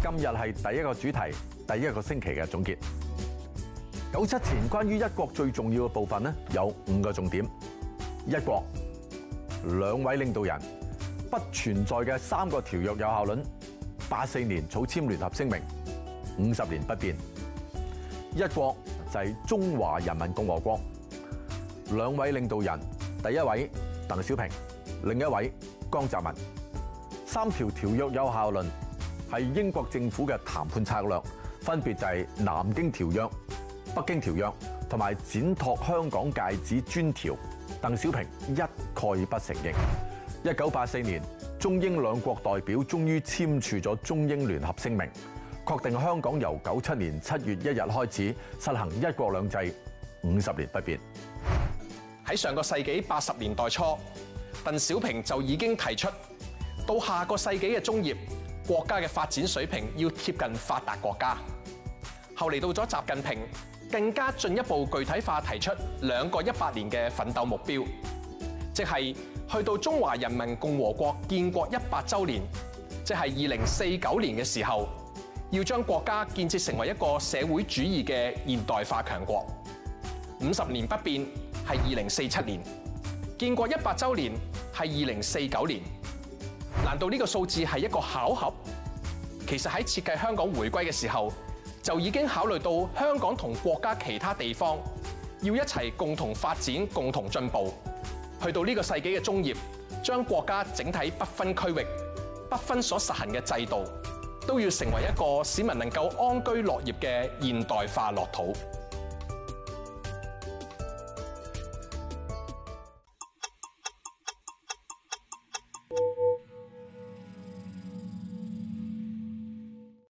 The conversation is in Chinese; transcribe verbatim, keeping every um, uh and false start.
今日係第一個主題，第一個星期嘅總結。九七前關於一國最重要嘅部分呢，有五個重點：一國、兩位領導人、不存在嘅三個條約有效論、八四年草簽聯合聲明、五十年不變。一國就係中華人民共和國，兩位領導人，第一位鄧小平，另一位江澤民。三條條約有效論係英國政府嘅談判策略，分別就係南京條約、北京條約同埋展拓香港界址專條。鄧小平一概不承認。一九八四年，中英兩國代表終於簽署咗中英聯合聲明，確定香港由九七年七月一日開始實行一國兩制，五十年不變。 喺上個世紀八十年代初，鄧小平就已經提出，到下個世紀嘅中葉，國家嘅發展水平要貼近發達國家。後嚟到咗習近平，更加進一步具體化提出兩個一百年嘅奮鬥目標，即係去到中華人民共和國建國一百週年，即係二零四九年嘅時候，要將國家建設成為一個社會主義嘅現代化強國。五十年不變係二零四七年，建國一百週年係二零四九年。難道呢個數字係一個巧合？其實喺設計香港回歸嘅時候，就已經考慮到香港同國家其他地方要一齊共同發展、共同進步。去到呢個世紀嘅中葉，將國家整體不分區域、不分所實行嘅制度，都要成為一個市民能夠安居樂業嘅現代化樂土。